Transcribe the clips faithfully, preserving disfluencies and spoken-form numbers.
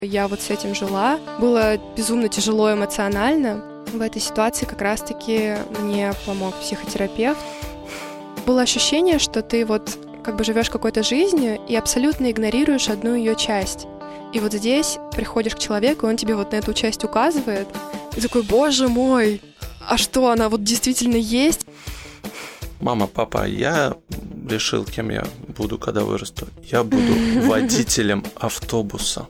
Я вот с этим жила. Было безумно тяжело эмоционально. В этой ситуации как раз-таки мне помог психотерапевт. Было ощущение, что ты вот как бы живешь какой-то жизнью и абсолютно игнорируешь одну ее часть. И вот здесь приходишь к человеку, и он тебе вот на эту часть указывает. И такой: боже мой, а что, она вот действительно есть? Мама, папа, я решил, кем я буду, когда вырасту. Я буду водителем автобуса.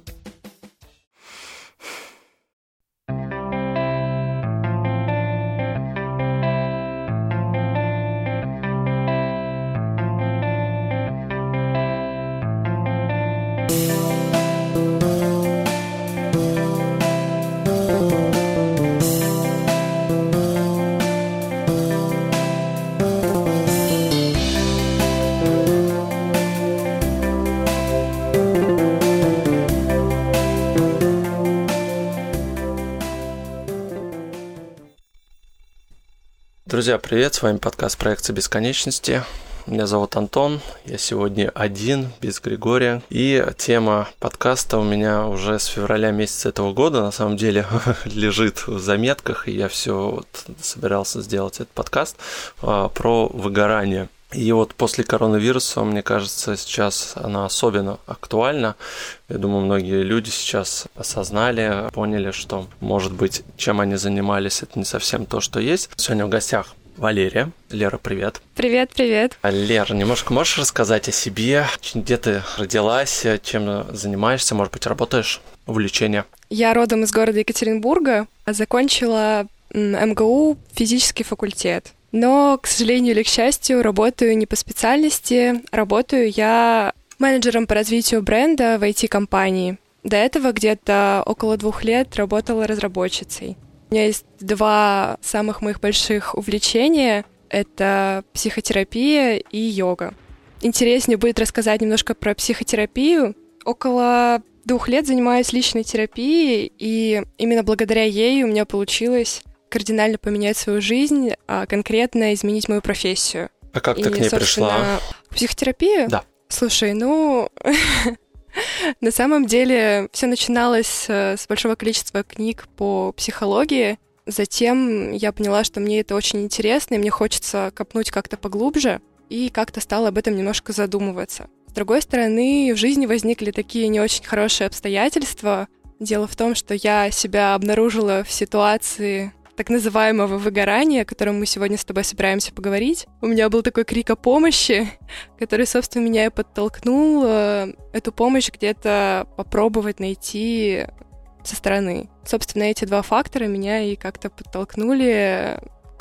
Друзья, привет, с вами подкаст «Проекция бесконечности». Меня зовут Антон, я сегодня один, без Григория. И тема подкаста у меня уже с февраля месяца этого года, на самом деле, лежит в заметках, и я все вот собирался сделать этот подкаст а, про выгорание. И вот после коронавируса, мне кажется, сейчас она особенно актуальна. Я думаю, многие люди сейчас осознали, поняли, что, может быть, чем они занимались, это не совсем то, что есть. Сегодня в гостях Валерия. Лера, привет. Привет, привет. Лера, немножко можешь рассказать о себе? Где ты родилась, чем занимаешься, может быть, работаешь? Увлечения? Я родом из города Екатеринбурга, закончила эм гэ у физический факультет. Но, к сожалению или к счастью, работаю не по специальности. Работаю я менеджером по развитию бренда в ай ти-компании. До этого где-то около двух лет работала разработчицей. У меня есть два самых моих больших увлечения. Это психотерапия и йога. Интереснее будет рассказать немножко про психотерапию. Около двух лет занимаюсь личной терапией, и именно благодаря ей у меня получилось кардинально поменять свою жизнь, а конкретно изменить мою профессию. А как ты и, к ней пришла? В психотерапию? Да. Слушай, ну, на самом деле все начиналось с большого количества книг по психологии. Затем я поняла, что мне это очень интересно, и мне хочется копнуть как-то поглубже, и как-то стала об этом немножко задумываться. С другой стороны, в жизни возникли такие не очень хорошие обстоятельства. Дело в том, что я себя обнаружила в ситуации так называемого выгорания, о котором мы сегодня с тобой собираемся поговорить. У меня был такой крик о помощи, который, собственно, меня и подтолкнул э, эту помощь где-то попробовать найти со стороны. Собственно, эти два фактора меня и как-то подтолкнули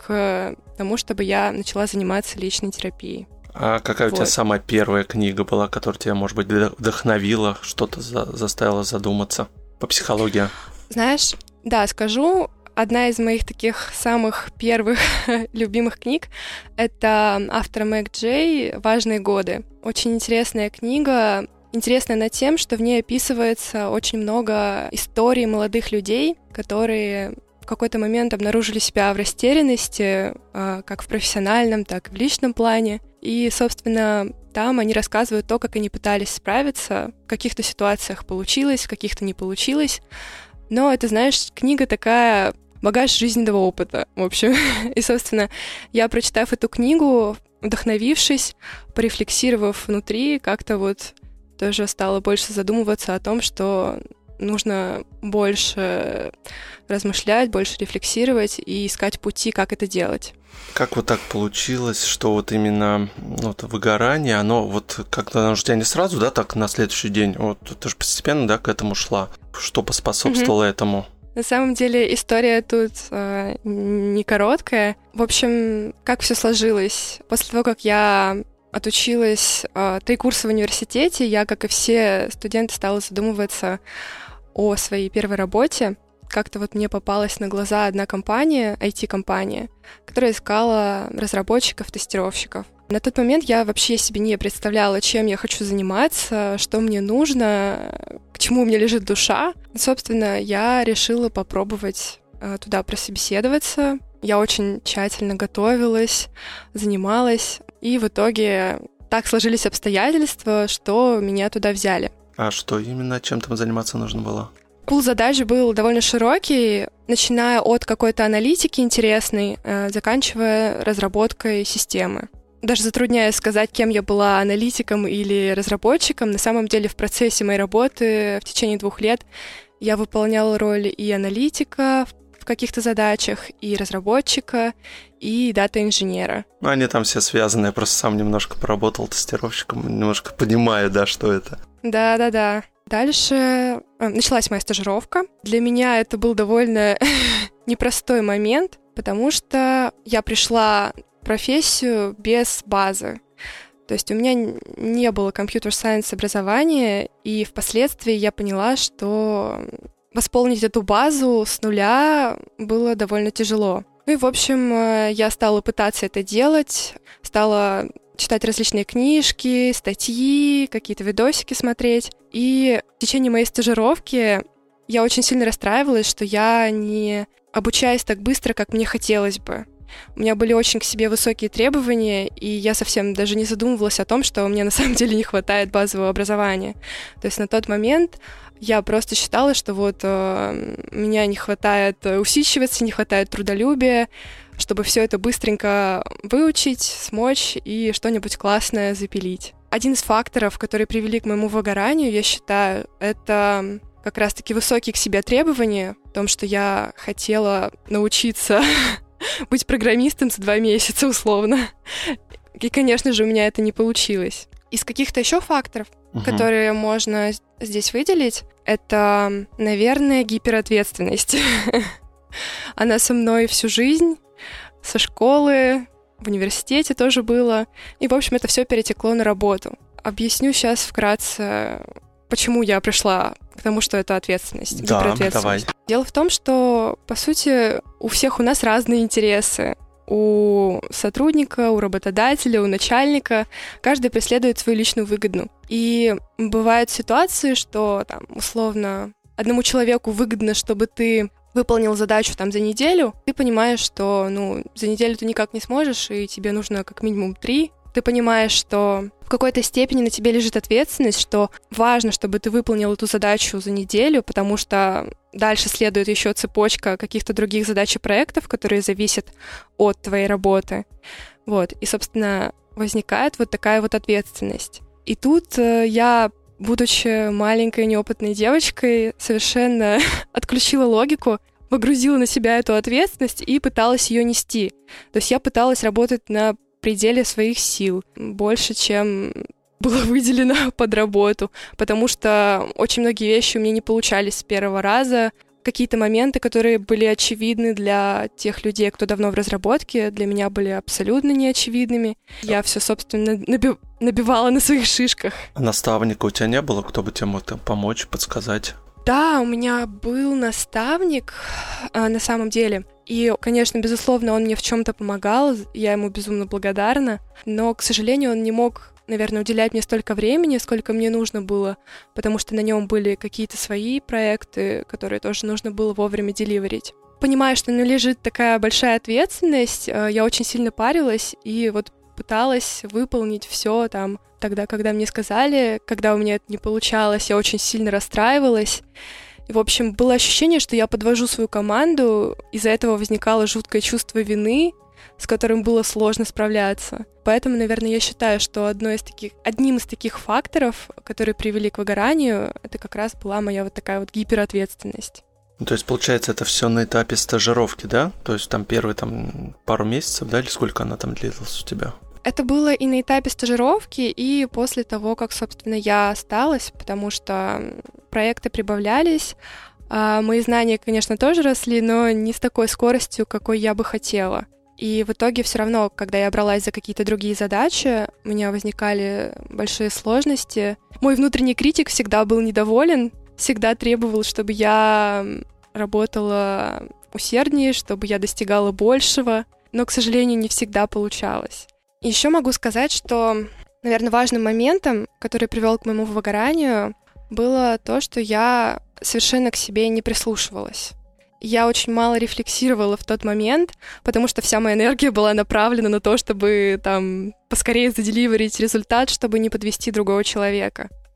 к тому, чтобы я начала заниматься личной терапией. А какая вот у тебя самая первая книга была, которая тебя, может быть, вдохновила, что-то за- заставила задуматься по психологии? Знаешь, да, скажу, одна из моих таких самых первых любимых книг — это автора Мэг Джей «Важные годы». Очень интересная книга. Интересная она тем, что в ней описывается очень много историй молодых людей, которые в какой-то момент обнаружили себя в растерянности, как в профессиональном, так и в личном плане. И, собственно, там они рассказывают то, как они пытались справиться. В каких-то ситуациях получилось, в каких-то не получилось. Но это, знаешь, книга такая, багаж жизненного опыта, в общем. И, собственно, я, прочитав эту книгу, вдохновившись, порефлексировав внутри, как-то вот тоже стала больше задумываться о том, что нужно больше размышлять, больше рефлексировать и искать пути, как это делать. Как вот так получилось, что вот именно вот выгорание, оно вот как-то оно же у тебя не сразу, да, так на следующий день, вот ты же постепенно, да, к этому шла. Что поспособствовало mm-hmm. этому? На самом деле история тут э, не короткая. В общем, как все сложилось? После того, как я отучилась э, три курса в университете, я, как и все студенты, стала задумываться о своей первой работе. Как-то вот мне попалась на глаза одна компания, ай ти-компания, которая искала разработчиков, тестировщиков. На тот момент я вообще себе не представляла, чем я хочу заниматься, что мне нужно, к чему у меня лежит душа. Собственно, я решила попробовать туда прособеседоваться. Я очень тщательно готовилась, занималась, и в итоге так сложились обстоятельства, что меня туда взяли. А что именно, чем там заниматься нужно было? Пул задач был довольно широкий, начиная от какой-то аналитики интересной, заканчивая разработкой системы. Даже затрудняюсь сказать, кем я была, аналитиком или разработчиком. На самом деле в процессе моей работы в течение двух лет я выполняла роль и аналитика в каких-то задачах, и разработчика, и дата-инженера. Ну, они там все связаны. Я просто сам немножко поработал тестировщиком, немножко понимаю, да, что это. Да-да-да. Дальше началась моя стажировка. Для меня это был довольно непростой момент, потому что я пришла в профессию без базы. То есть у меня не было компьютер-сайенс образования, и впоследствии я поняла, что восполнить эту базу с нуля было довольно тяжело. Ну и, в общем, я стала пытаться это делать, стала читать различные книжки, статьи, какие-то видосики смотреть. И в течение моей стажировки я очень сильно расстраивалась, что я не обучаюсь так быстро, как мне хотелось бы. У меня были очень к себе высокие требования, и я совсем даже не задумывалась о том, что мне на самом деле не хватает базового образования. То есть на тот момент я просто считала, что вот э, меня не хватает усидчивости, не хватает трудолюбия, чтобы все это быстренько выучить, смочь и что-нибудь классное запилить. Один из факторов, которые привели к моему выгоранию, я считаю, это как раз-таки высокие к себе требования, в том, что я хотела научиться быть программистом за два месяца условно. И, конечно же, у меня это не получилось. Из каких-то еще факторов, uh-huh. которые можно здесь выделить, это, наверное, гиперответственность. Она со мной всю жизнь, со школы, в университете тоже было. И, в общем, это все перетекло на работу. Объясню сейчас вкратце, почему я пришла к тому, что это ответственность, да, гиперответственность. Давай. Дело в том, что, по сути, у всех у нас разные интересы. У сотрудника, у работодателя, у начальника. Каждый преследует свою личную выгоду. И бывают ситуации, что, там, условно, одному человеку выгодно, чтобы ты выполнил задачу там за неделю. Ты понимаешь, что, ну, за неделю ты никак не сможешь, и тебе нужно как минимум три. Ты понимаешь, что в какой-то степени на тебе лежит ответственность, что важно, чтобы ты выполнил эту задачу за неделю, потому что дальше следует еще цепочка каких-то других задач и проектов, которые зависят от твоей работы. Вот. И, собственно, возникает вот такая вот ответственность. И тут я, будучи маленькой неопытной девочкой, совершенно отключила логику, погрузила на себя эту ответственность и пыталась ее нести. То есть я пыталась работать на пределе своих сил, больше, чем было выделено под работу, потому что очень многие вещи у меня не получались с первого раза. Какие-то моменты, которые были очевидны для тех людей, кто давно в разработке, для меня были абсолютно неочевидными. Я все, собственно, наби- набивала на своих шишках. А наставника у тебя не было, кто бы тебе мог помочь, подсказать? Да, у меня был наставник, на самом деле. И, конечно, безусловно, он мне в чем-то помогал, я ему безумно благодарна, но, к сожалению, он не мог, наверное, уделять мне столько времени, сколько мне нужно было, потому что на нем были какие-то свои проекты, которые тоже нужно было вовремя деливерить. Понимая, что ну, лежит такая большая ответственность, я очень сильно парилась и вот пыталась выполнить все там тогда, когда мне сказали, когда у меня это не получалось, я очень сильно расстраивалась. И, в общем, было ощущение, что я подвожу свою команду, из-за этого возникало жуткое чувство вины, с которым было сложно справляться. Поэтому, наверное, я считаю, что одно из таких, одним из таких факторов, которые привели к выгоранию, это как раз была моя вот такая вот гиперответственность. Ну, то есть, получается, это все на этапе стажировки, да? То есть там первые там, пару месяцев, да, или сколько она там длилась у тебя? Это было и на этапе стажировки, и после того, как, собственно, я осталась, потому что проекты прибавлялись, а мои знания, конечно, тоже росли, но не с такой скоростью, какой я бы хотела. И в итоге все равно, когда я бралась за какие-то другие задачи, у меня возникали большие сложности. Мой внутренний критик всегда был недоволен, всегда требовал, чтобы я работала усерднее, чтобы я достигала большего, но, к сожалению, не всегда получалось. Еще могу сказать, что, наверное, важным моментом, который привел к моему выгоранию, было то, что я совершенно к себе не прислушивалась. Я очень мало рефлексировала в тот момент, потому что вся моя энергия была направлена на то, чтобы там поскорее заделиверить результат, чтобы не подвести другого человека.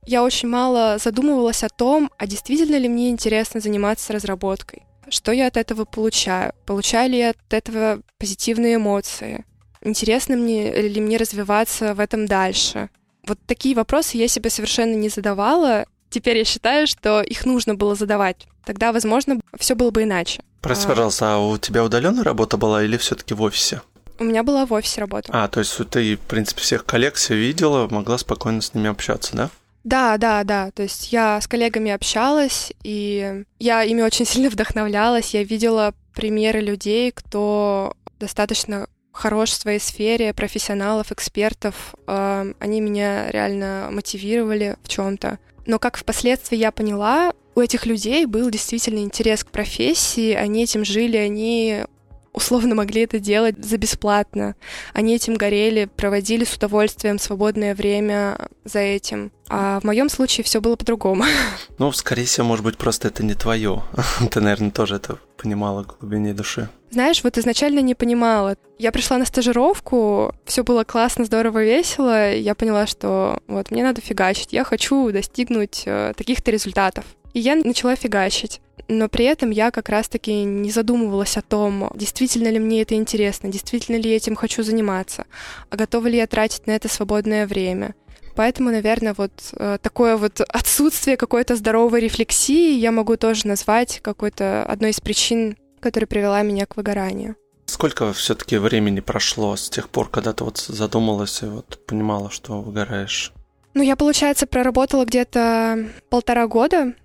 я очень мало задумывалась о том, а действительно ли мне интересно заниматься разработкой. Что я от этого получаю? Получаю ли я от этого позитивные эмоции? Интересно мне ли мне развиваться в этом дальше? Вот такие вопросы я себе совершенно не задавала. Теперь я считаю, что их нужно было задавать. Тогда, возможно, все было бы иначе. Прости, пожалуйста, а у тебя удаленная работа была или все-таки в офисе? У меня была в офисе работа. А, то есть ты, в принципе, всех коллег все видела, могла спокойно с ними общаться, да? Да, да, да. То есть я с коллегами общалась, и я ими очень сильно вдохновлялась. Я видела примеры людей, кто достаточно хорош в своей сфере, профессионалов, экспертов. Они меня реально мотивировали в чем-то. Но как впоследствии я поняла, у этих людей был действительно интерес к профессии, они этим жили, они условно могли это делать за бесплатно. Они этим горели, проводили с удовольствием свободное время за этим. А в моем случае все было по-другому. Ну, скорее всего, может быть, просто это не твое. Ты, наверное, тоже это понимала в глубине души. Знаешь, вот изначально не понимала. Я пришла на стажировку, все было классно, здорово, весело. Я поняла, что вот мне надо фигачить. Я хочу достигнуть э, таких-то результатов. И я начала фигачить. Но при этом я как раз-таки не задумывалась о том, действительно ли мне это интересно, действительно ли я этим хочу заниматься, а готова ли я тратить на это свободное время. Поэтому, наверное, вот э, такое вот отсутствие какой-то здоровой рефлексии я могу тоже назвать какой-то одной из причин, которая привела меня к выгоранию. Сколько все-таки времени прошло с тех пор, когда ты вот задумалась и вот понимала, что выгораешь? Ну, я, получается, проработала где-то полтора года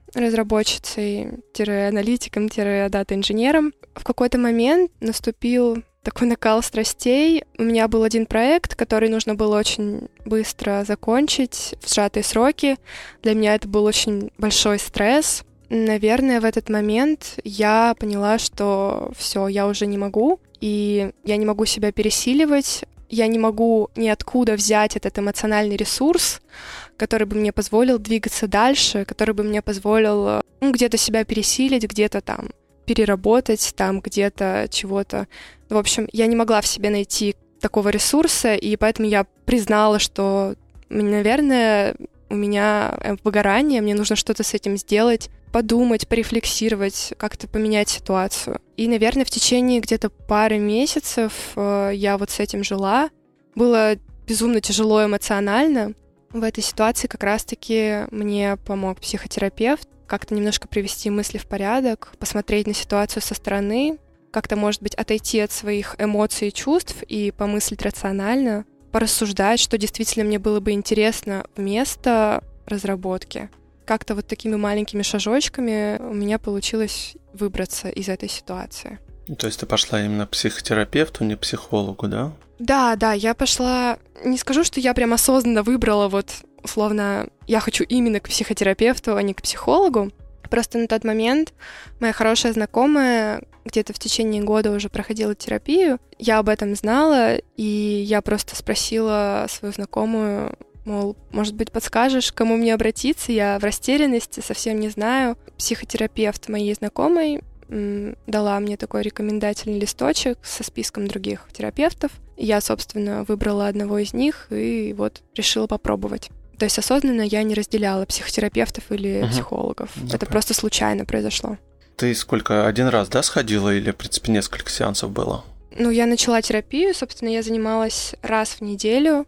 разработчицей-аналитиком, дата-инженером. В какой-то момент наступил такой накал страстей. У меня был один проект, который нужно было очень быстро закончить в сжатые сроки. Для меня это был очень большой стресс. Наверное, в этот момент я поняла, что все, я уже не могу, и я не могу себя пересиливать. Я не могу ниоткуда взять этот эмоциональный ресурс, который бы мне позволил двигаться дальше, который бы мне позволил ну, где-то себя пересилить, где-то там переработать, там где-то чего-то. В общем, я не могла в себе найти такого ресурса, и поэтому я признала, что, наверное, у меня выгорание, мне нужно что-то с этим сделать, подумать, порефлексировать, как-то поменять ситуацию. И, наверное, в течение где-то пары месяцев я вот с этим жила. Было безумно тяжело эмоционально. В этой ситуации как раз-таки мне помог психотерапевт как-то немножко привести мысли в порядок, посмотреть на ситуацию со стороны, как-то, может быть, отойти от своих эмоций и чувств и помыслить рационально, порассуждать, что действительно мне было бы интересно вместо разработки. Как-то вот такими маленькими шажочками у меня получилось выбраться из этой ситуации. То есть ты пошла именно к психотерапевту, не к психологу, да? Да, да, я пошла... Не скажу, что я прям осознанно выбрала вот, условно, я хочу именно к психотерапевту, а не к психологу. Просто на тот момент моя хорошая знакомая где-то в течение года уже проходила терапию. Я об этом знала, и я просто спросила свою знакомую, мол, может быть, подскажешь, к кому мне обратиться? Я в растерянности, совсем не знаю. Психотерапевт моей знакомой м, дала мне такой рекомендательный листочек со списком других терапевтов. Я, собственно, выбрала одного из них и вот решила попробовать. То есть осознанно я не разделяла психотерапевтов или угу. психологов. Ну, Это просто случайно произошло. Ты сколько, один раз, да, сходила или, в принципе, несколько сеансов было? Ну, я начала терапию, собственно, я занималась раз в неделю.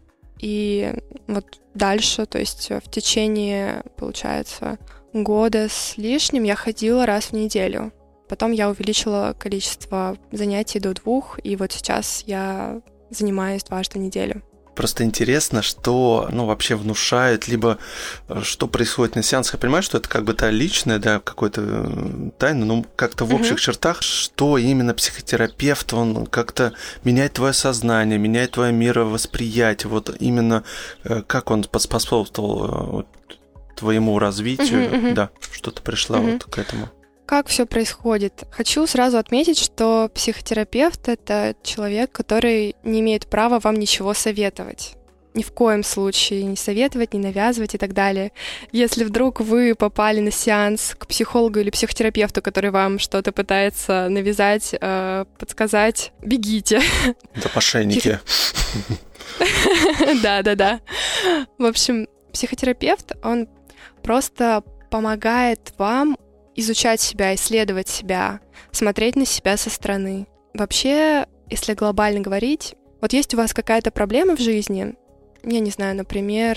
И вот дальше, то есть в течение, получается, года с лишним я ходила раз в неделю. Потом я увеличила количество занятий до двух, и вот сейчас я занимаюсь дважды в неделю. Просто интересно, что, ну, вообще внушает, либо что происходит на сеансах. Я понимаю, что это как бы та личная, да, какая-то тайна, но как-то в общих uh-huh. чертах, что именно психотерапевт, он как-то меняет твое сознание, меняет твое мировосприятие. Вот именно как он поспособствовал твоему развитию, uh-huh, uh-huh. да, что ты пришла uh-huh. вот к этому. Как все происходит? Хочу сразу отметить, что психотерапевт — это человек, который не имеет права вам ничего советовать. Ни в коем случае не советовать, не навязывать и так далее. Если вдруг вы попали на сеанс к психологу или психотерапевту, который вам что-то пытается навязать, подсказать, бегите. Это мошенники. Да-да-да. В общем, психотерапевт, он просто помогает вам изучать себя, исследовать себя, смотреть на себя со стороны. Вообще, если глобально говорить, вот есть у вас какая-то проблема в жизни, я не знаю, например...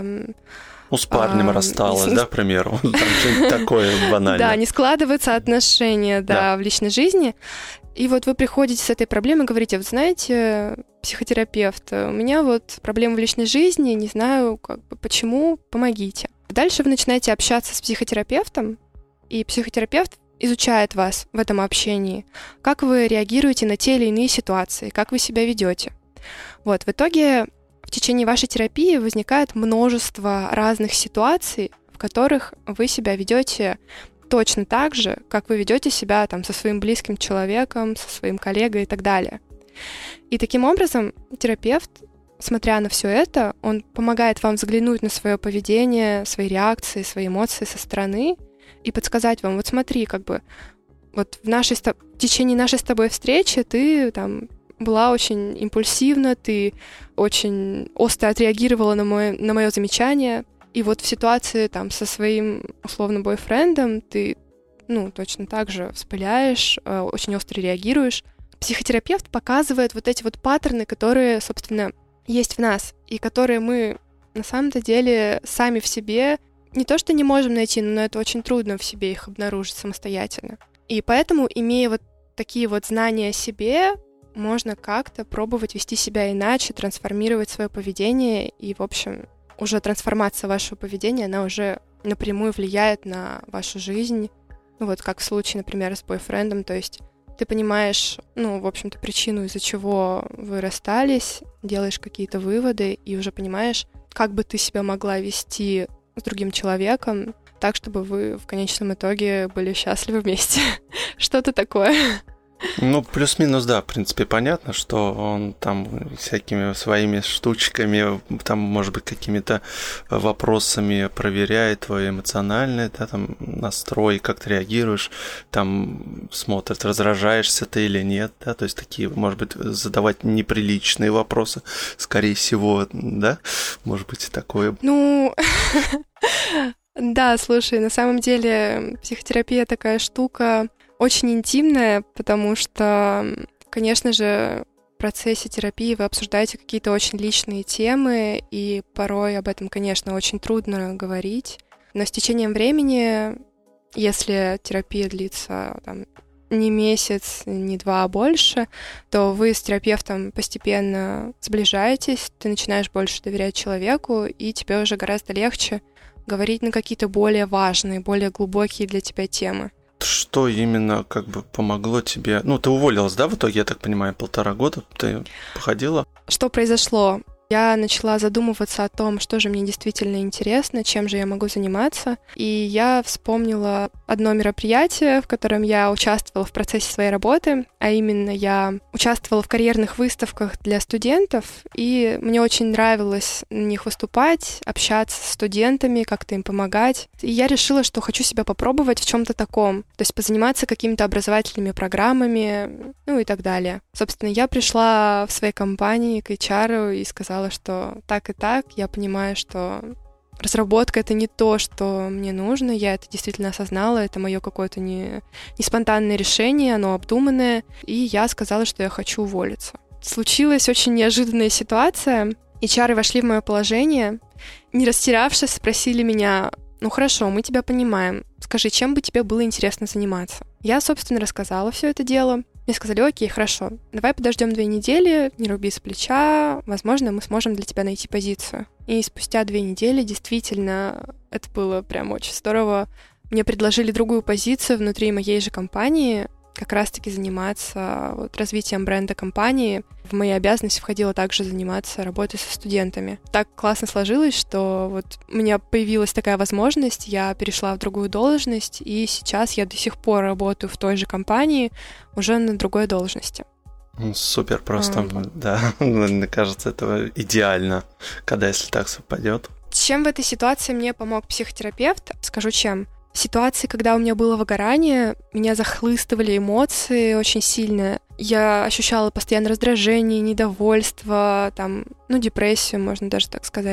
Ну, с парнем а, рассталась, не... да, к примеру? Там что-нибудь такое банальное. Да, не складываются отношения, да, в личной жизни. И вот вы приходите с этой проблемой и говорите, вот знаете, психотерапевт, у меня вот проблема в личной жизни, не знаю, как бы, почему, помогите. Дальше вы начинаете общаться с психотерапевтом, и психотерапевт изучает вас в этом общении, как вы реагируете на те или иные ситуации, как вы себя ведете. Вот, в итоге в течение вашей терапии возникает множество разных ситуаций, в которых вы себя ведете точно так же, как вы ведете себя там, со своим близким человеком, со своим коллегой и так далее. И таким образом терапевт, смотря на все это, он помогает вам взглянуть на свое поведение, свои реакции, свои эмоции со стороны и подсказать вам, вот смотри, как бы вот в, нашей, в течение нашей с тобой встречи ты там была очень импульсивна, ты очень остро отреагировала на мое, на мое замечание, и вот в ситуации там со своим условно бойфрендом ты, ну, точно так же вспыляешь, очень остро реагируешь. Психотерапевт показывает вот эти вот паттерны, которые, собственно, есть в нас, и которые мы на самом-то деле сами в себе не то что не можем найти, но это очень трудно в себе их обнаружить самостоятельно. И поэтому, имея вот такие вот знания о себе, можно как-то пробовать вести себя иначе, трансформировать свое поведение, и, в общем, уже трансформация вашего поведения, она уже напрямую влияет на вашу жизнь. Ну вот как в случае, например, с бойфрендом, то есть ты понимаешь, ну, в общем-то, причину, из-за чего вы расстались, делаешь какие-то выводы и уже понимаешь, как бы ты себя могла вести с другим человеком, так, чтобы вы в конечном итоге были счастливы вместе. Что-то такое. Ну, плюс-минус, да, в принципе, понятно, что он там всякими своими штучками, там, может быть, какими-то вопросами проверяет твой эмоциональный, да, там, настрой, как ты реагируешь, там, смотрит, раздражаешься ты или нет, да, то есть такие, может быть, задавать неприличные вопросы, скорее всего, да, может быть, и такое. Ну, да, слушай, на самом деле психотерапия такая штука, очень интимная, потому что, конечно же, в процессе терапии вы обсуждаете какие-то очень личные темы, и порой об этом, конечно, очень трудно говорить. Но с течением времени, если терапия длится там, не месяц, не два, а больше, то вы с терапевтом постепенно сближаетесь, ты начинаешь больше доверять человеку, и тебе уже гораздо легче говорить на какие-то более важные, более глубокие для тебя темы. Что именно как бы помогло тебе? Ну, ты уволилась, да, в итоге, я так понимаю, полтора года ты походила? Что произошло? Я начала задумываться о том, что же мне действительно интересно, чем же я могу заниматься. И я вспомнила одно мероприятие, в котором я участвовала в процессе своей работы, а именно я участвовала в карьерных выставках для студентов, и мне очень нравилось на них выступать, общаться с студентами, как-то им помогать. И я решила, что хочу себя попробовать в чем-то таком, то есть позаниматься какими-то образовательными программами, ну и так далее. Собственно, я пришла в своей компании к эйч ар и сказала, что так и так, я понимаю, что разработка — это не то, что мне нужно, я это действительно осознала, это мое какое-то не, не спонтанное решение, оно обдуманное, и я сказала, что я хочу уволиться. Случилась очень неожиданная ситуация, эйч ар вошли в мое положение, не растерявшись, спросили меня: ну хорошо, мы тебя понимаем, скажи, чем бы тебе было интересно заниматься? Я, собственно, рассказала все это дело. Мне сказали: окей, хорошо, давай подождем две недели, не руби с плеча, возможно, мы сможем для тебя найти позицию. И спустя две недели, действительно, это было прям очень здорово, мне предложили другую позицию внутри моей же компании, как раз-таки заниматься вот, развитием бренда компании. В мои обязанности входило также заниматься работой со студентами. Так классно сложилось, что вот у меня появилась такая возможность, я перешла в другую должность, и сейчас я до сих пор работаю в той же компании, уже на другой должности. Супер, просто, а, да, мне кажется, это идеально, когда если так совпадет. Чем в этой ситуации мне помог психотерапевт? Скажу, чем. В ситуации, когда у меня было выгорание, меня захлыстывали эмоции очень сильно. Я ощущала постоянное раздражение, недовольство, там, ну, депрессию, можно даже так сказать.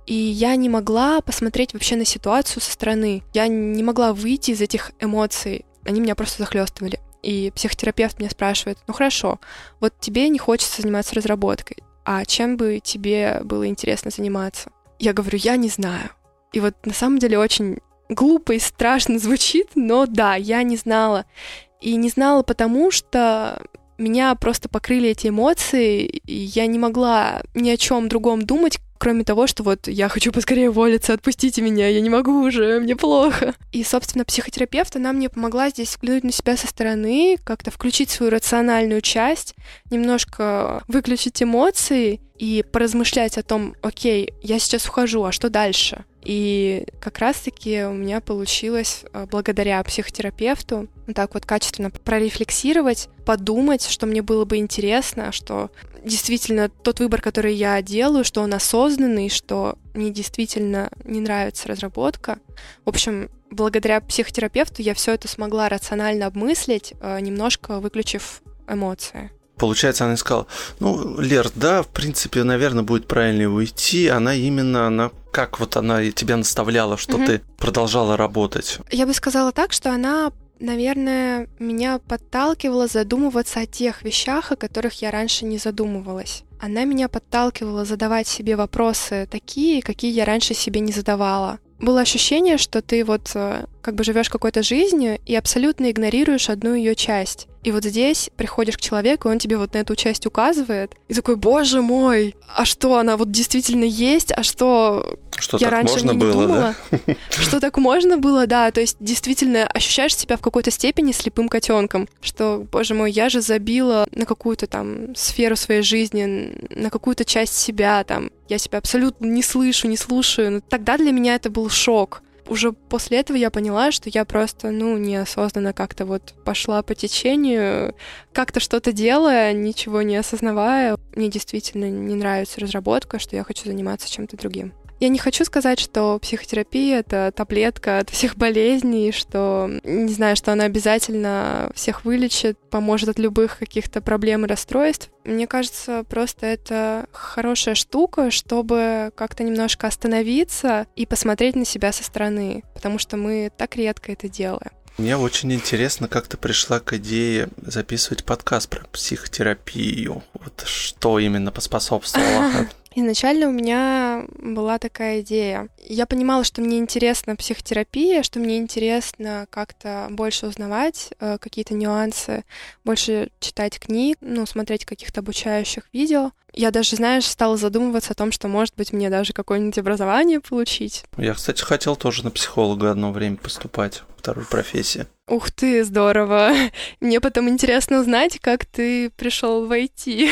И я не могла посмотреть вообще на ситуацию со стороны. Я не могла выйти из этих эмоций. Они меня просто захлестывали. И психотерапевт меня спрашивает: ну хорошо, вот тебе не хочется заниматься разработкой, а чем бы тебе было интересно заниматься? Я говорю: я не знаю. И вот на самом деле очень глупо и страшно звучит, но да, я не знала. И не знала потому, что меня просто покрыли эти эмоции, и я не могла ни о чем другом думать, кроме того, что вот я хочу поскорее уволиться, отпустите меня, я не могу уже, мне плохо. И, собственно, психотерапевт, она мне помогла здесь взглянуть на себя со стороны, как-то включить свою рациональную часть, немножко выключить эмоции и поразмышлять о том: окей, я сейчас ухожу, а что дальше? И как раз-таки у меня получилось, благодаря психотерапевту, вот так вот качественно прорефлексировать, подумать, что мне было бы интересно, что действительно тот выбор, который я делаю, что он осознанный, что мне действительно не нравится разработка. В общем, благодаря психотерапевту я все это смогла рационально обмыслить, немножко выключив эмоции. Получается, она сказала: ну, Лер, да, в принципе, наверное, будет правильнее уйти. Она именно, она как вот она тебя наставляла, что угу. ты продолжала работать? Я бы сказала так, что она, наверное, меня подталкивала задумываться о тех вещах, о которых я раньше не задумывалась. Она меня подталкивала задавать себе вопросы такие, какие я раньше себе не задавала. Было ощущение, что ты вот как бы живешь какой-то жизнью и абсолютно игнорируешь одну ее часть. И вот здесь приходишь к человеку, и он тебе вот на эту часть указывает, и такой: боже мой, а что, она вот действительно есть, а что, что я раньше можно не было, думала? Да? Что так можно было, да, то есть действительно ощущаешь себя в какой-то степени слепым котенком, что, боже мой, я же забила на какую-то там сферу своей жизни, на какую-то часть себя, там, я себя абсолютно не слышу, не слушаю. Но тогда для меня это был шок. Уже после этого я поняла, что я просто, ну, неосознанно как-то вот пошла по течению, как-то что-то делая, ничего не осознавая. Мне действительно не нравится разработка, что я хочу заниматься чем-то другим. Я не хочу сказать, что психотерапия — это таблетка от всех болезней, что, не знаю, что она обязательно всех вылечит, поможет от любых каких-то проблем и расстройств. Мне кажется, просто это хорошая штука, чтобы как-то немножко остановиться и посмотреть на себя со стороны, потому что мы так редко это делаем. Мне очень интересно, как ты пришла к идее записывать подкаст про психотерапию. Вот что именно поспособствовало? Изначально у меня была такая идея. Я понимала, что мне интересна психотерапия, что мне интересно как-то больше узнавать э, какие-то нюансы, больше читать книг, ну, смотреть каких-то обучающих видео. Я даже, знаешь, стала задумываться о том, что, может быть, мне даже какое-нибудь образование получить. Я, кстати, хотел тоже на психолога одно время поступать, вторую профессию. Ух ты, здорово! Мне потом интересно узнать, как ты пришел в ай ти.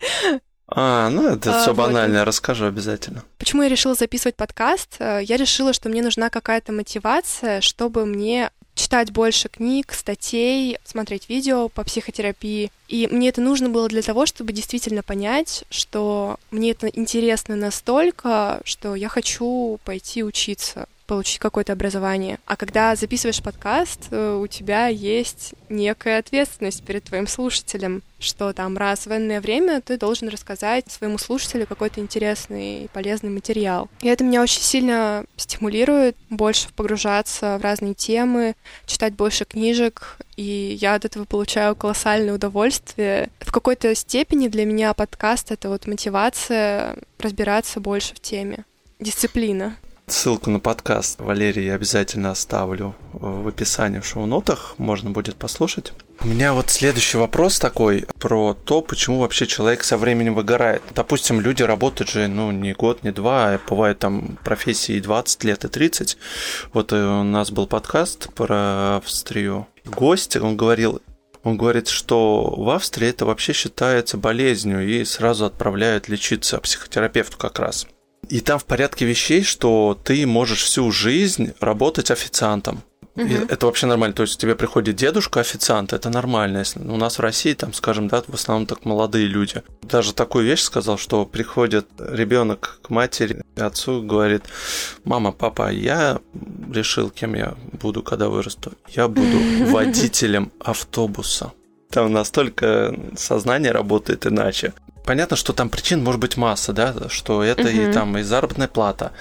А, ну это а, все вот. банально, расскажу обязательно. Почему я решила записывать подкаст? Я решила, что мне нужна какая-то мотивация, чтобы мне читать больше книг, статей, смотреть видео по психотерапии. И мне это нужно было для того, чтобы действительно понять, что мне это интересно настолько, что я хочу пойти учиться, получить какое-то образование. А когда записываешь подкаст, у тебя есть некая ответственность перед твоим слушателем, что там раз в энное время ты должен рассказать своему слушателю какой-то интересный и полезный материал. И это меня очень сильно стимулирует больше погружаться в разные темы, читать больше книжек, и я от этого получаю колоссальное удовольствие. В какой-то степени для меня подкаст — это вот мотивация разбираться больше в теме. Дисциплина. Ссылку на подкаст Валерии я обязательно оставлю в описании, в шоу-нотах, можно будет послушать. У меня вот следующий вопрос такой про то, почему вообще человек со временем выгорает. Допустим, люди работают же, ну, не год, не два, а бывают там профессии и двадцать лет, и тридцать. Вот у нас был подкаст про Австрию. Гость, он говорил, он говорит, что в Австрии это вообще считается болезнью и сразу отправляют лечиться психотерапевту как раз. И там в порядке вещей, что ты можешь всю жизнь работать официантом. Uh-huh. И это вообще нормально. То есть к тебе приходит дедушка-официант, это нормально. Если у нас в России, там, скажем, да, в основном так молодые люди. Даже такую вещь сказал, что приходит ребенок к матери, отцу, говорит: мама, папа, я решил, кем я буду, когда вырасту. Я буду водителем автобуса. Там настолько сознание работает иначе. Понятно, что там причин может быть масса, да, что это угу. и там и заработная плата,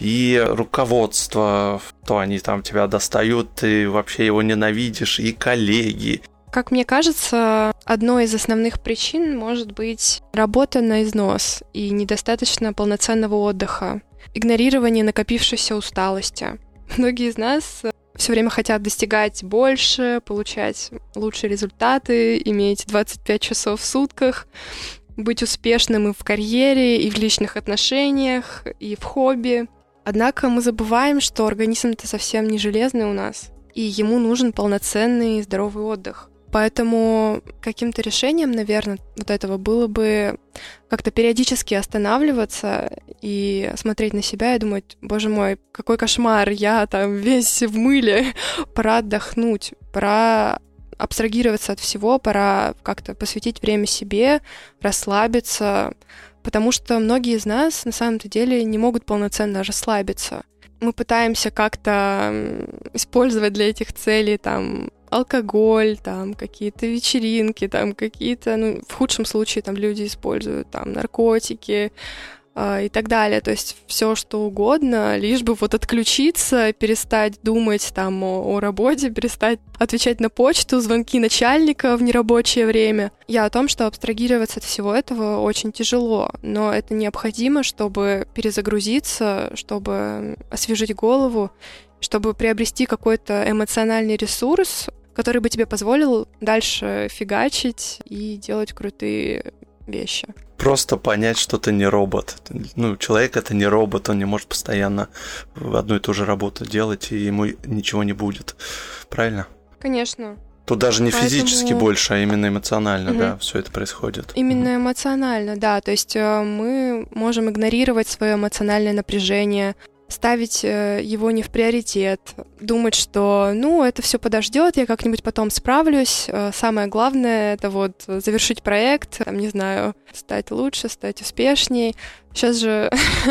и руководство, то они там тебя достают, ты вообще его ненавидишь, и коллеги. Как мне кажется, одной из основных причин может быть работа на износ и недостаточно полноценного отдыха, игнорирование накопившейся усталости. Многие из нас все время хотят достигать больше, получать лучшие результаты, иметь двадцать пять часов в сутках, быть успешным и в карьере, и в личных отношениях, и в хобби. Однако мы забываем, что организм-то совсем не железный у нас, и ему нужен полноценный здоровый отдых. Поэтому каким-то решением, наверное, вот этого было бы как-то периодически останавливаться и смотреть на себя и думать: боже мой, какой кошмар, я там весь в мыле, пора отдохнуть, пора абстрагироваться от всего, пора как-то посвятить время себе, расслабиться, потому что многие из нас на самом-то деле не могут полноценно расслабиться. Мы пытаемся как-то использовать для этих целей там алкоголь, там какие-то вечеринки, там какие-то, ну, в худшем случае там люди используют там наркотики э, и так далее. То есть все что угодно, лишь бы вот отключиться, перестать думать там о, о работе, перестать отвечать на почту, звонки начальника в нерабочее время. Я о том, что абстрагироваться от всего этого очень тяжело, но это необходимо, чтобы перезагрузиться, чтобы освежить голову, чтобы приобрести какой-то эмоциональный ресурс, который бы тебе позволил дальше фигачить и делать крутые вещи. Просто понять, что ты не робот. Ну, человек — это не робот, он не может постоянно одну и ту же работу делать, и ему ничего не будет. Правильно? Конечно. Тут даже не Поэтому... физически больше, а именно эмоционально, угу. да, все это происходит. Именно угу. эмоционально, да. То есть мы можем игнорировать свое эмоциональное напряжение, ставить его не в приоритет, думать, что, ну, это все подождет, я как-нибудь потом справлюсь. Самое главное — это вот завершить проект, там, не знаю, стать лучше, стать успешней. Сейчас же,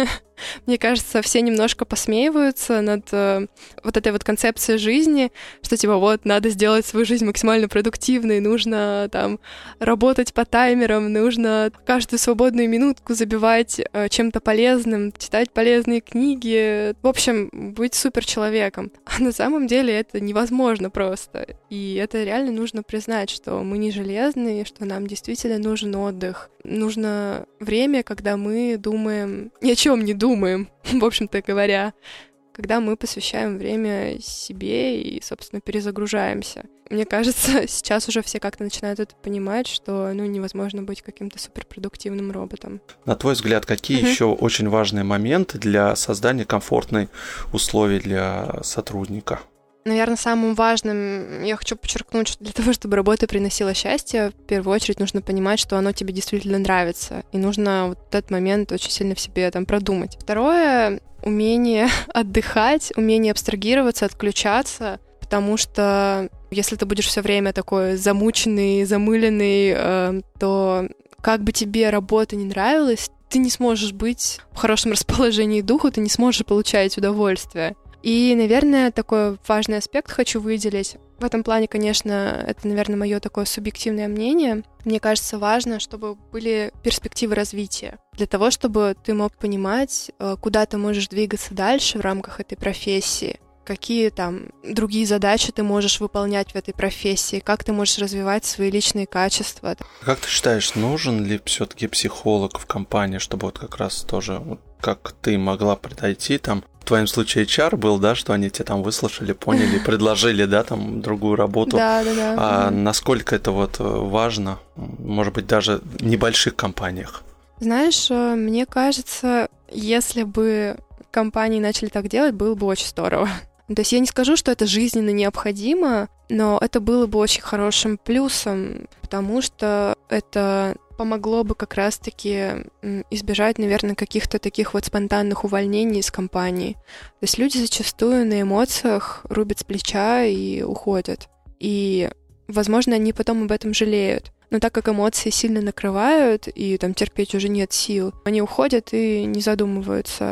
мне кажется, все немножко посмеиваются над э, вот этой вот концепцией жизни, что типа вот надо сделать свою жизнь максимально продуктивной, нужно там работать по таймерам, нужно каждую свободную минутку забивать э, чем-то полезным, читать полезные книги, в общем, быть суперчеловеком. А на самом деле это невозможно просто. И это реально нужно признать, что мы не железные, что нам действительно нужен отдых. Нужно время, когда мы думаем, ни о чем не думаем, в общем-то говоря, когда мы посвящаем время себе и, собственно, перезагружаемся. Мне кажется, сейчас уже все как-то начинают это понимать, что, ну, невозможно быть каким-то суперпродуктивным роботом. На твой взгляд, какие uh-huh. еще очень важные моменты для создания комфортных условий для сотрудника? Наверное, самым важным я хочу подчеркнуть, что для того, чтобы работа приносила счастье, в первую очередь нужно понимать, что оно тебе действительно нравится, и нужно вот этот момент очень сильно в себе там продумать. Второе — умение отдыхать, умение абстрагироваться, отключаться, потому что если ты будешь все время такой замученный, замыленный, э, то как бы тебе работа не нравилась, ты не сможешь быть в хорошем расположении духа, ты не сможешь получать удовольствие. И, наверное, такой важный аспект хочу выделить. В этом плане, конечно, это, наверное, мое такое субъективное мнение. Мне кажется, важно, чтобы были перспективы развития. Для того, чтобы ты мог понимать, куда ты можешь двигаться дальше в рамках этой профессии, какие там другие задачи ты можешь выполнять в этой профессии, как ты можешь развивать свои личные качества. Как ты считаешь, нужен ли все-таки психолог в компании, чтобы вот как раз тоже, вот как ты могла подойти там, в твоем случае эйч ар был, да, что они тебя там выслушали, поняли, предложили, да, там другую работу. Да, да, да. А насколько это вот важно, может быть, даже в небольших компаниях? Знаешь, мне кажется, если бы компании начали так делать, было бы очень здорово. То есть я не скажу, что это жизненно необходимо, но это было бы очень хорошим плюсом, потому что это помогло бы как раз-таки избежать, наверное, каких-то таких вот спонтанных увольнений из компании. То есть люди зачастую на эмоциях рубят с плеча и уходят. И, возможно, они потом об этом жалеют. Но так как эмоции сильно накрывают, и там терпеть уже нет сил, они уходят и не задумываются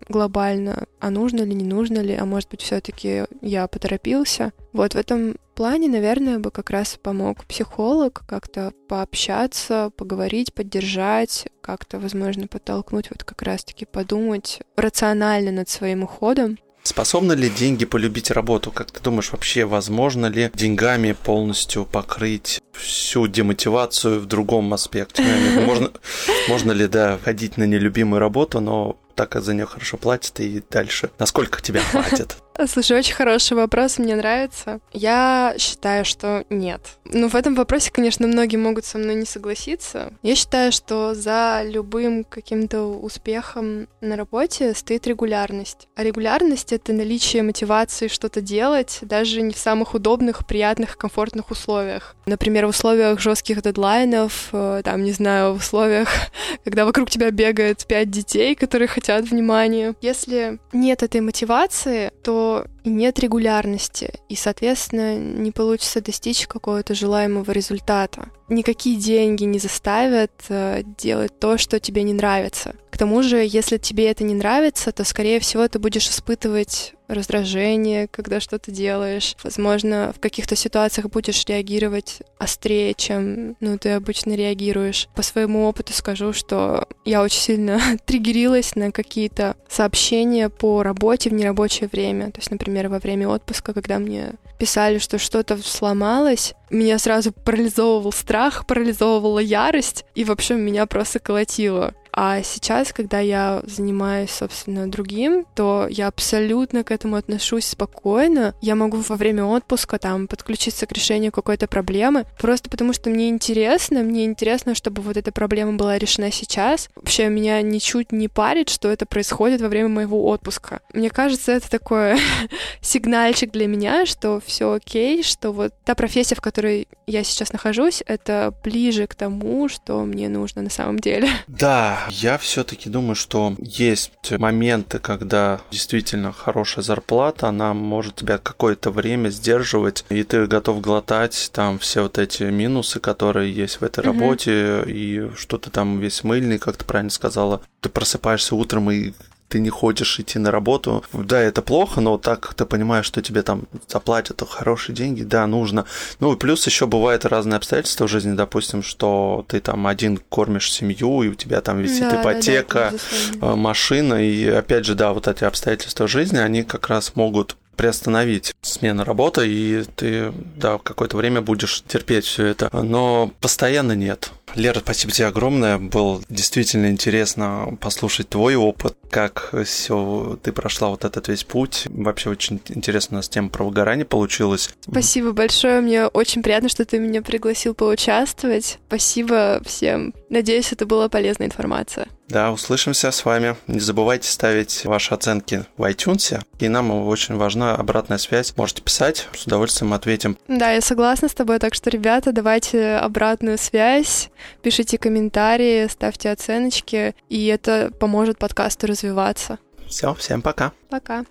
глобально, а нужно ли, не нужно ли, а может быть, все-таки я поторопился. Вот в этом плане, наверное, бы как раз помог психолог, как-то пообщаться, поговорить, поддержать, как-то, возможно, подтолкнуть вот как раз-таки подумать рационально над своим уходом. Способны ли деньги полюбить работу? Как ты думаешь, вообще возможно ли деньгами полностью покрыть всю демотивацию в другом аспекте? Можно, можно ли, да, ходить на нелюбимую работу, но так как за нее хорошо платят, и дальше насколько тебя хватит? Слушай, очень хороший вопрос, мне нравится. Я считаю, что нет. Ну, в этом вопросе, конечно, многие могут со мной не согласиться. Я считаю, что за любым каким-то успехом на работе стоит регулярность. А регулярность — это наличие мотивации что-то делать, даже не в самых удобных, приятных, комфортных условиях. Например, в условиях жестких дедлайнов, там, не знаю, в условиях, когда вокруг тебя бегает пять детей, которые хотят внимания. Если нет этой мотивации, то и нет регулярности, и, соответственно, не получится достичь какого-то желаемого результата. Никакие деньги не заставят э, делать то, что тебе не нравится. К тому же, если тебе это не нравится, то, скорее всего, ты будешь испытывать раздражение, когда что-то делаешь. Возможно, в каких-то ситуациях будешь реагировать острее, чем ну, ты обычно реагируешь. По своему опыту скажу, что я очень сильно триггерилась на какие-то сообщения по работе в нерабочее время. То есть, например, во время отпуска, когда мне писали, что что-то сломалось, меня сразу парализовывал страх, парализовывала ярость, и, в общем, меня просто колотило. А сейчас, когда я занимаюсь, собственно, другим, то я абсолютно к этому отношусь спокойно. Я могу во время отпуска там подключиться к решению какой-то проблемы, просто потому что мне интересно, мне интересно, чтобы вот эта проблема была решена сейчас. Вообще меня ничуть не парит, что это происходит во время моего отпуска. Мне кажется, это такой сигнальчик для меня, что все окей, что вот та профессия, в которой я сейчас нахожусь, это ближе к тому, что мне нужно на самом деле. Да. Я все-таки думаю, что есть моменты, когда действительно хорошая зарплата, она может тебя какое-то время сдерживать, и ты готов глотать там все вот эти минусы, которые есть в этой mm-hmm. работе, и что ты там весь мыльный, как ты правильно сказала. Ты просыпаешься утром и ты не хочешь идти на работу. Да, это плохо, но так как ты понимаешь, что тебе там заплатят хорошие деньги, да, нужно. Ну и плюс еще бывают разные обстоятельства в жизни, допустим, что ты там один кормишь семью, и у тебя там висит да, ипотека, да, да, машина, и опять же, да, вот эти обстоятельства жизни, они как раз могут приостановить смену работы, и ты, да, какое-то время будешь терпеть все это. Но постоянно нет. Лера, спасибо тебе огромное. Было действительно интересно послушать твой опыт, как все ты прошла вот этот весь путь. Вообще очень интересно у нас тема про выгорание получилась. Спасибо большое. Мне очень приятно, что ты меня пригласил поучаствовать. Спасибо всем. Надеюсь, это была полезная информация. Да, услышимся с вами. Не забывайте ставить ваши оценки в iTunes, и нам очень важна обратная связь. Можете писать, с удовольствием ответим. Да, я согласна с тобой, так что, ребята, давайте обратную связь, пишите комментарии, ставьте оценочки, и это поможет подкасту развиваться. Все, всем пока. Пока.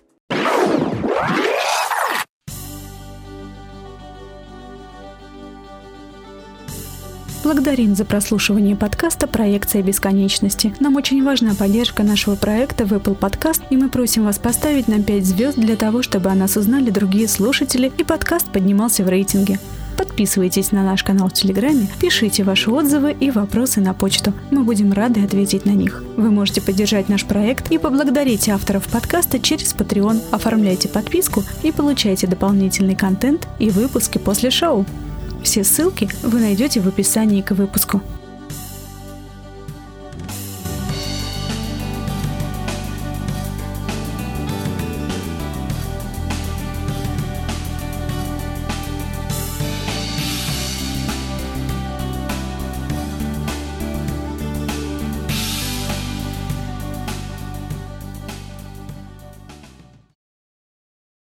Благодарим за прослушивание подкаста «Проекция бесконечности». Нам очень важна поддержка нашего проекта в Apple Podcast, и мы просим вас поставить нам пять звезд для того, чтобы о нас узнали другие слушатели и подкаст поднимался в рейтинге. Подписывайтесь на наш канал в Телеграме, пишите ваши отзывы и вопросы на почту. Мы будем рады ответить на них. Вы можете поддержать наш проект и поблагодарить авторов подкаста через Patreon. Оформляйте подписку и получайте дополнительный контент и выпуски после шоу. Все ссылки вы найдете в описании к выпуску.